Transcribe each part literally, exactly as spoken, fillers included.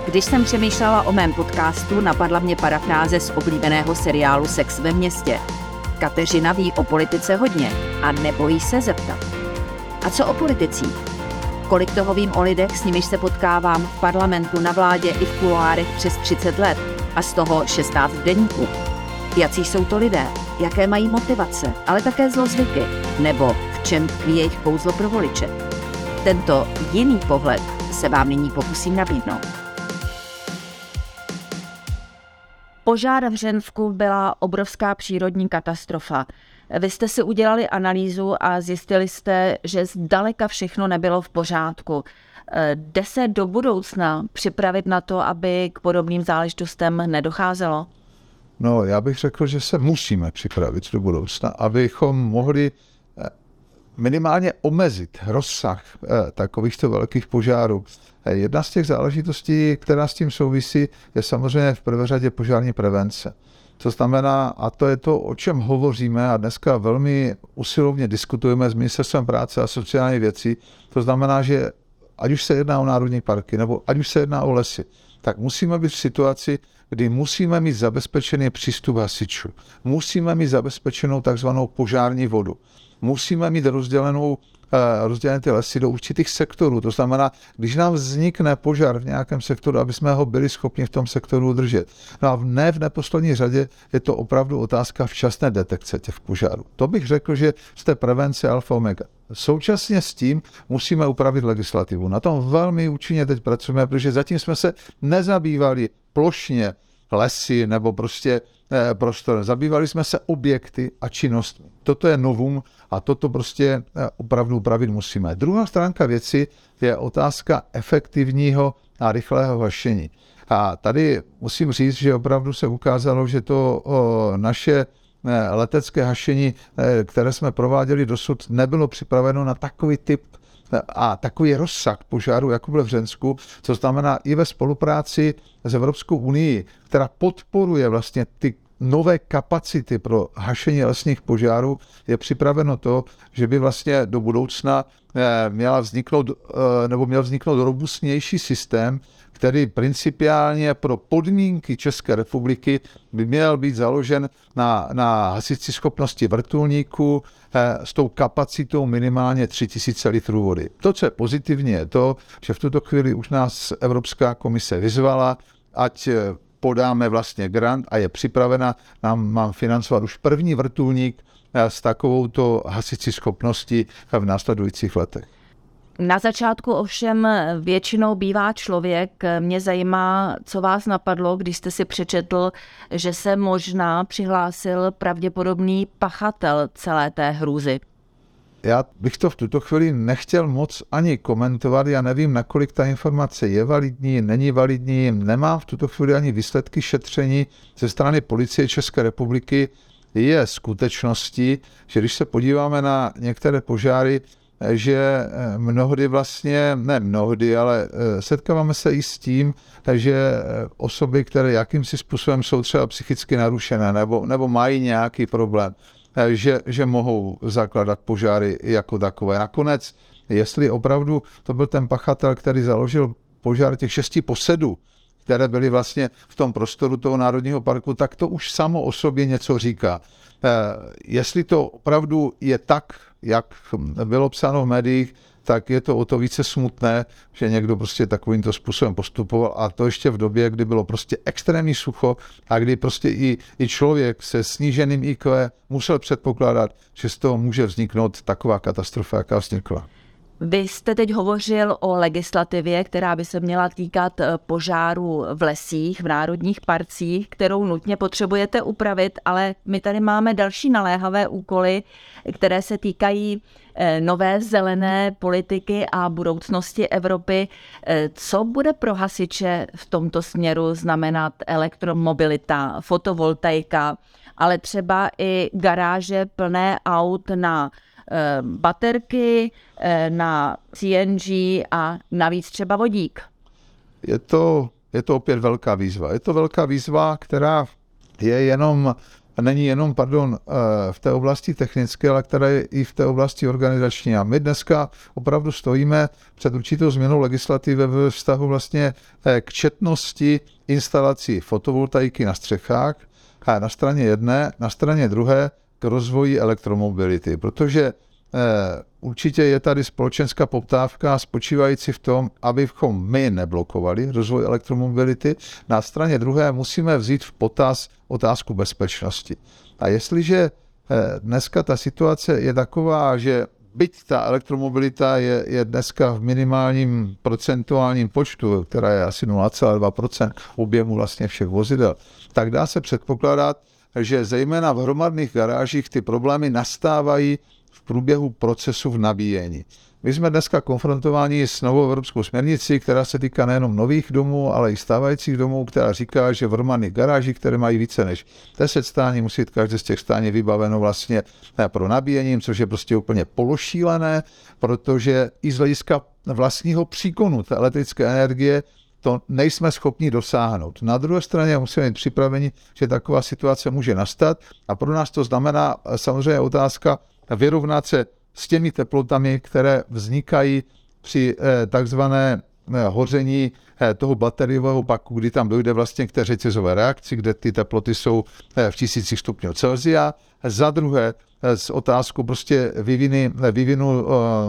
Když jsem přemýšlela o mém podcastu, napadla mě parafráze z oblíbeného seriálu Sex ve městě. Kateřina ví o politice hodně a nebojí se zeptat. A co o politicích? Kolik toho vím o lidech, s nimiž se potkávám v parlamentu, na vládě i v kuloárech přes třicet let a z toho šestnáct v deníku. Jací jsou to lidé, jaké mají motivace, ale také zlozvyky, nebo v čem tkví jejich kouzlo pro voliče. Tento jiný pohled se vám nyní pokusím nabídnout. Požár v Hřensku byla obrovská přírodní katastrofa. Vy jste si udělali analýzu a zjistili jste, že zdaleka všechno nebylo v pořádku. Jde se do budoucna připravit na to, aby k podobným záležitostem nedocházelo? No, já bych řekl, že se musíme připravit do budoucna, abychom mohli minimálně omezit rozsah takovýchto velkých požárů. Jedna z těch záležitostí, která s tím souvisí, je samozřejmě v prvé řadě požární prevence. To znamená, a to je to, o čem hovoříme a dneska velmi usilovně diskutujeme s Ministerstvem práce a sociálních věcí, to znamená, že ať už se jedná o národní parky, nebo ať už se jedná o lesy, tak musíme být v situaci, kdy musíme mít zabezpečený přístup hasičů. Musíme mít zabezpečenou takzvanou požární vodu. Musíme mít rozdělenou, rozdělené ty lesy do určitých sektorů. To znamená, když nám vznikne požár v nějakém sektoru, aby jsme ho byli schopni v tom sektoru udržet. No a ne v neposlední řadě je to opravdu otázka včasné detekce těch požárů. To bych řekl, že z té prevence alfa omega. Současně s tím musíme upravit legislativu. Na tom velmi účinně teď pracujeme, protože zatím jsme se nezabývali plošně lesy nebo prostě eh, prostor. Zabývali jsme se objekty a činnostmi. Toto je novum a toto prostě eh, opravdu upravit musíme. Druhá stránka věci je otázka efektivního a rychlého hašení. A tady musím říct, že opravdu se ukázalo, že to o, naše letecké hašení, které jsme prováděli dosud, nebylo připraveno na takový typ a takový rozsah požáru, jako byl v Hřensku, co znamená i ve spolupráci s Evropskou unii, která podporuje vlastně ty nové kapacity pro hašení lesních požárů, je připraveno to, že by vlastně do budoucna měla vzniknout, nebo měl vzniknout robustnější systém, který principiálně pro podmínky České republiky by měl být založen na, na hasicí schopnosti vrtulníků eh, s tou kapacitou minimálně tři tisíce litrů vody. To, co je pozitivní, je to, že v tuto chvíli už nás Evropská komise vyzvala, ať podáme vlastně grant a je připravena nám mám financovat už první vrtulník s takovouto hasicí schopností v následujících letech. Na začátku ovšem většinou bývá člověk. Mě zajímá, co vás napadlo, když jste si přečetl, že se možná přihlásil pravděpodobný pachatel celé té hrůzy. Já bych to v tuto chvíli nechtěl moc ani komentovat, já nevím, nakolik ta informace je validní, není validní, nemám v tuto chvíli ani výsledky šetření ze strany Policie České republiky. Je skutečností, že když se podíváme na některé požáry, že mnohdy vlastně, ne mnohdy, ale setkáváme se i s tím, že osoby, které jakýmsi způsobem jsou třeba psychicky narušené nebo, nebo mají nějaký problém, že, že mohou zakládat požáry jako takové. Nakonec, jestli opravdu to byl ten pachatel, který založil požár těch šesti posedů, které byly vlastně v tom prostoru toho národního parku, tak to už samo o sobě něco říká. Jestli to opravdu je tak, jak bylo psáno v médiích, tak je to o to více smutné, že někdo prostě takovýmto způsobem postupoval a to ještě v době, kdy bylo prostě extrémní sucho a kdy prostě i, i člověk se sníženým í kvé musel předpokládat, že z toho může vzniknout taková katastrofa, jaká vznikla. Vy jste teď hovořil o legislativě, která by se měla týkat požárů v lesích, v národních parcích, kterou nutně potřebujete upravit, ale my tady máme další naléhavé úkoly, které se týkají nové zelené politiky a budoucnosti Evropy. Co bude pro hasiče v tomto směru znamenat elektromobilita, fotovoltaika, ale třeba i garáže plné aut na baterky, na C N G a navíc třeba vodík? Je to, je to opět velká výzva. Je to velká výzva, která je jenom není jenom, pardon, v té oblasti technické, ale která je i v té oblasti organizační. A my dneska opravdu stojíme před určitou změnou legislativy ve vztahu vlastně k četnosti instalací fotovoltaiky na střechách a na straně jedné, na straně druhé k rozvoji elektromobility, protože Eh, určitě je tady společenská poptávka spočívající v tom, abychom my neblokovali rozvoj elektromobility. Na straně druhé musíme vzít v potaz otázku bezpečnosti. A jestliže eh, dneska ta situace je taková, že byť ta elektromobilita je, je dneska v minimálním procentuálním počtu, která je asi nula celá dva procenta objemu vlastně všech vozidel, tak dá se předpokládat, že zejména v hromadných garážích ty problémy nastávají v průběhu procesu v nabíjení. My jsme dneska konfrontováni s novou evropskou směrnicí, která se týká nejenom nových domů, ale i stávajících domů, která říká, že v hromadných garážích, které mají více než deset stání, musí být každé z těch stání vybaveno vlastně pro nabíjení, což je prostě úplně pološílené, protože i z hlediska vlastního příkonu té elektrické energie to nejsme schopni dosáhnout. Na druhé straně musíme být připraveni, že taková situace může nastat a pro nás to znamená samozřejmě otázka vyrovnat se s těmi teplotami, které vznikají při takzvané hoření toho bateriového paku, kdy tam dojde vlastně k té řetězové reakci, kde ty teploty jsou v tisících stupňů Celsia. Za druhé s otázkou prostě vyviny, vyvinu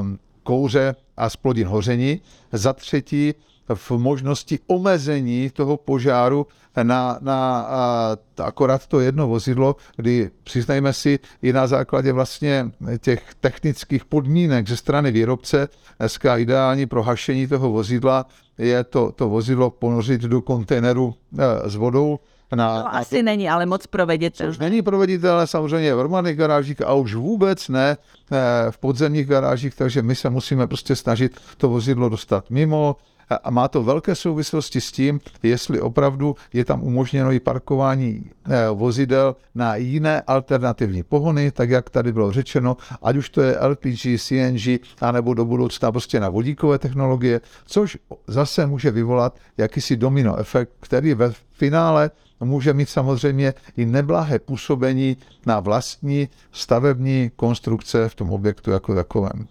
kouře a splodin hoření. Za třetí v možnosti omezení toho požáru na, na a, akorát to jedno vozidlo, kdy přiznejme si i na základě vlastně těch technických podmínek ze strany výrobce, dneska ideální pro hašení toho vozidla je to, to vozidlo ponořit do kontejneru e, s vodou. Na, to asi to, není, ale moc proveditelné. Což není proveditelné samozřejmě v hromadných garážích a už vůbec ne e, v podzemních garážích, takže my se musíme prostě snažit to vozidlo dostat mimo. A má to velké souvislosti s tím, jestli opravdu je tam umožněno i parkování vozidel na jiné alternativní pohony, tak jak tady bylo řečeno, ať už to je L P G, C N G, anebo do budoucna prostě na vodíkové technologie, což zase může vyvolat jakýsi domino efekt, který ve finále může mít samozřejmě i neblahé působení na vlastní stavební konstrukce v tom objektu jako takovém.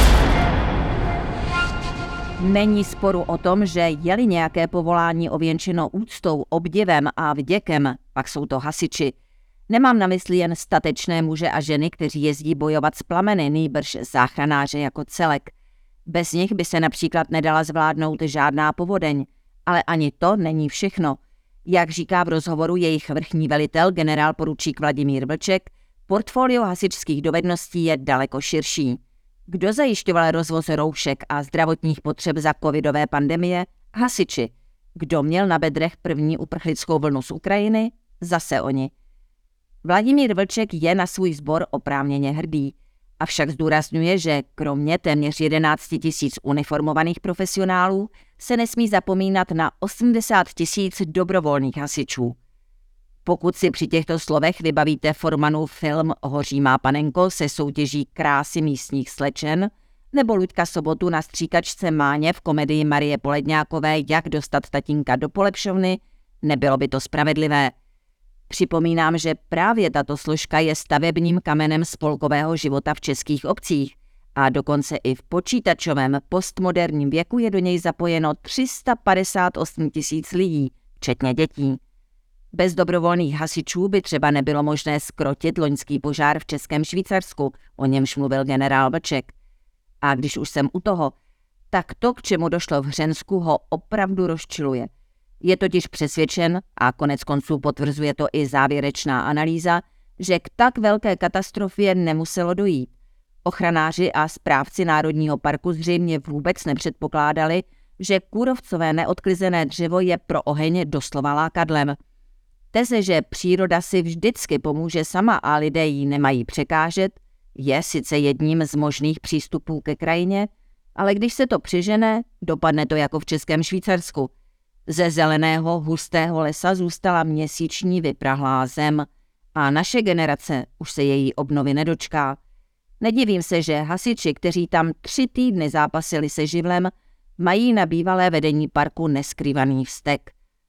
Není sporu o tom, že je-li nějaké povolání ověnčeno úctou, obdivem a vděkem, pak jsou to hasiči. Nemám na mysli jen statečné muže a ženy, kteří jezdí bojovat s plameny, nýbrž záchranáře jako celek. Bez nich by se například nedala zvládnout žádná povodeň, ale ani to není všechno. Jak říká v rozhovoru jejich vrchní velitel, generál poručík Vladimír Vlček, portfolio hasičských dovedností je daleko širší. Kdo zajišťoval rozvoz roušek a zdravotních potřeb za covidové pandemie? Hasiči. Kdo měl na bedrech první uprchlickou vlnu z Ukrajiny? Zase oni. Vladimír Vlček je na svůj sbor oprávněně hrdý, avšak zdůrazňuje, že kromě téměř jedenáct tisíc uniformovaných profesionálů se nesmí zapomínat na osmdesát tisíc dobrovolných hasičů. Pokud si při těchto slovech vybavíte Formanův film Hoří má panenko se soutěží krásy místních slečen, nebo Luďka Sobotu na stříkačce Máně v komedii Marie Poledňákové Jak dostat tatínka do polepšovny, nebylo by to spravedlivé. Připomínám, že právě tato složka je stavebním kamenem spolkového života v českých obcích a dokonce i v počítačovém postmoderním věku je do něj zapojeno tři sta padesát osm tisíc lidí, včetně dětí. Bez dobrovolných hasičů by třeba nebylo možné zkrotit loňský požár v Českém Švýcarsku, o němž mluvil generál Vlček. A když už jsem u toho, tak to, k čemu došlo v Hřensku, ho opravdu rozčiluje. Je totiž přesvědčen, a konec konců potvrzuje to i závěrečná analýza, že k tak velké katastrofě nemuselo dojít. Ochranáři a správci Národního parku zřejmě vůbec nepředpokládali, že kůrovcové neodklizené dřevo je pro oheň doslova lákadlem. Teze, že příroda si vždycky pomůže sama a lidé jí nemají překážet, je sice jedním z možných přístupů ke krajině, ale když se to přižene, dopadne to jako v Českém Švýcarsku. Ze zeleného, hustého lesa zůstala měsíční vyprahlá zem a naše generace už se její obnovy nedočká. Nedivím se, že hasiči, kteří tam tři týdny zápasili se živlem, mají na bývalé vedení parku neskrývaný vztek.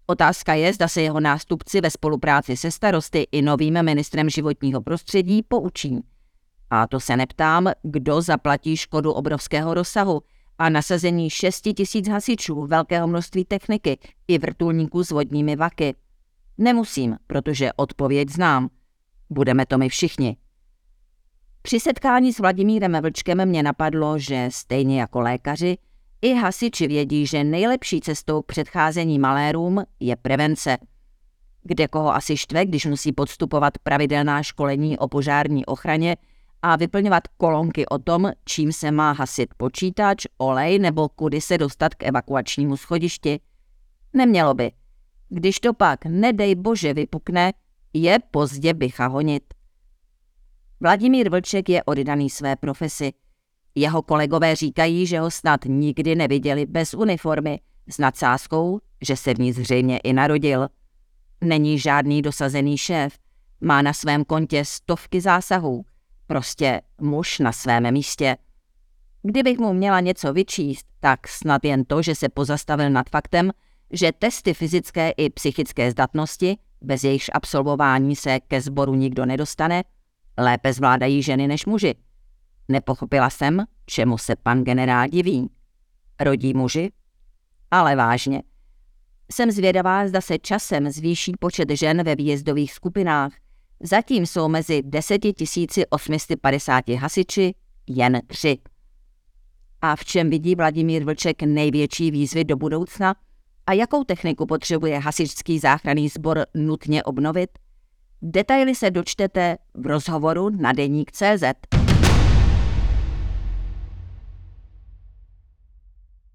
Otázka je, zda se jeho nástupci ve spolupráci se starosty i novým ministrem životního prostředí poučí. A to se neptám, kdo zaplatí škodu obrovského rozsahu a nasazení šesti tisíc hasičů, velkého množství techniky i vrtulníků s vodními vaky. Nemusím, protože odpověď znám. Budeme to my všichni. Při setkání s Vladimírem Vlčkem mě napadlo, že stejně jako lékaři, i hasiči vědí, že nejlepší cestou k předcházení malérům je prevence. Kde koho asi štve, když musí podstupovat pravidelná školení o požární ochraně a vyplňovat kolonky o tom, čím se má hasit počítač, olej nebo kudy se dostat k evakuačnímu schodišti. Nemělo by. Když to pak, nedej bože, vypukne, je pozdě bycha honit. Vladimír Vlček je oddaný své profesi. Jeho kolegové říkají, že ho snad nikdy neviděli bez uniformy, s nadsázkou, že se v ní zřejmě i narodil. Není žádný dosazený šéf, má na svém kontě stovky zásahů, prostě muž na svém místě. Kdybych mu měla něco vyčíst, tak snad jen to, že se pozastavil nad faktem, že testy fyzické i psychické zdatnosti, bez jejichž absolvování se ke sboru nikdo nedostane, lépe zvládají ženy než muži. Nepochopila jsem, čemu se pan generál diví. Rodí muži? Ale vážně. Jsem zvědavá, zda se časem zvýší počet žen ve výjezdových skupinách. Zatím jsou mezi deset tisíc osm set padesáti hasiči jen tři. A v čem vidí Vladimír Vlček největší výzvy do budoucna? A jakou techniku potřebuje hasičský záchranný sbor nutně obnovit? Detaily se dočtete v rozhovoru na deník tečka cé zet.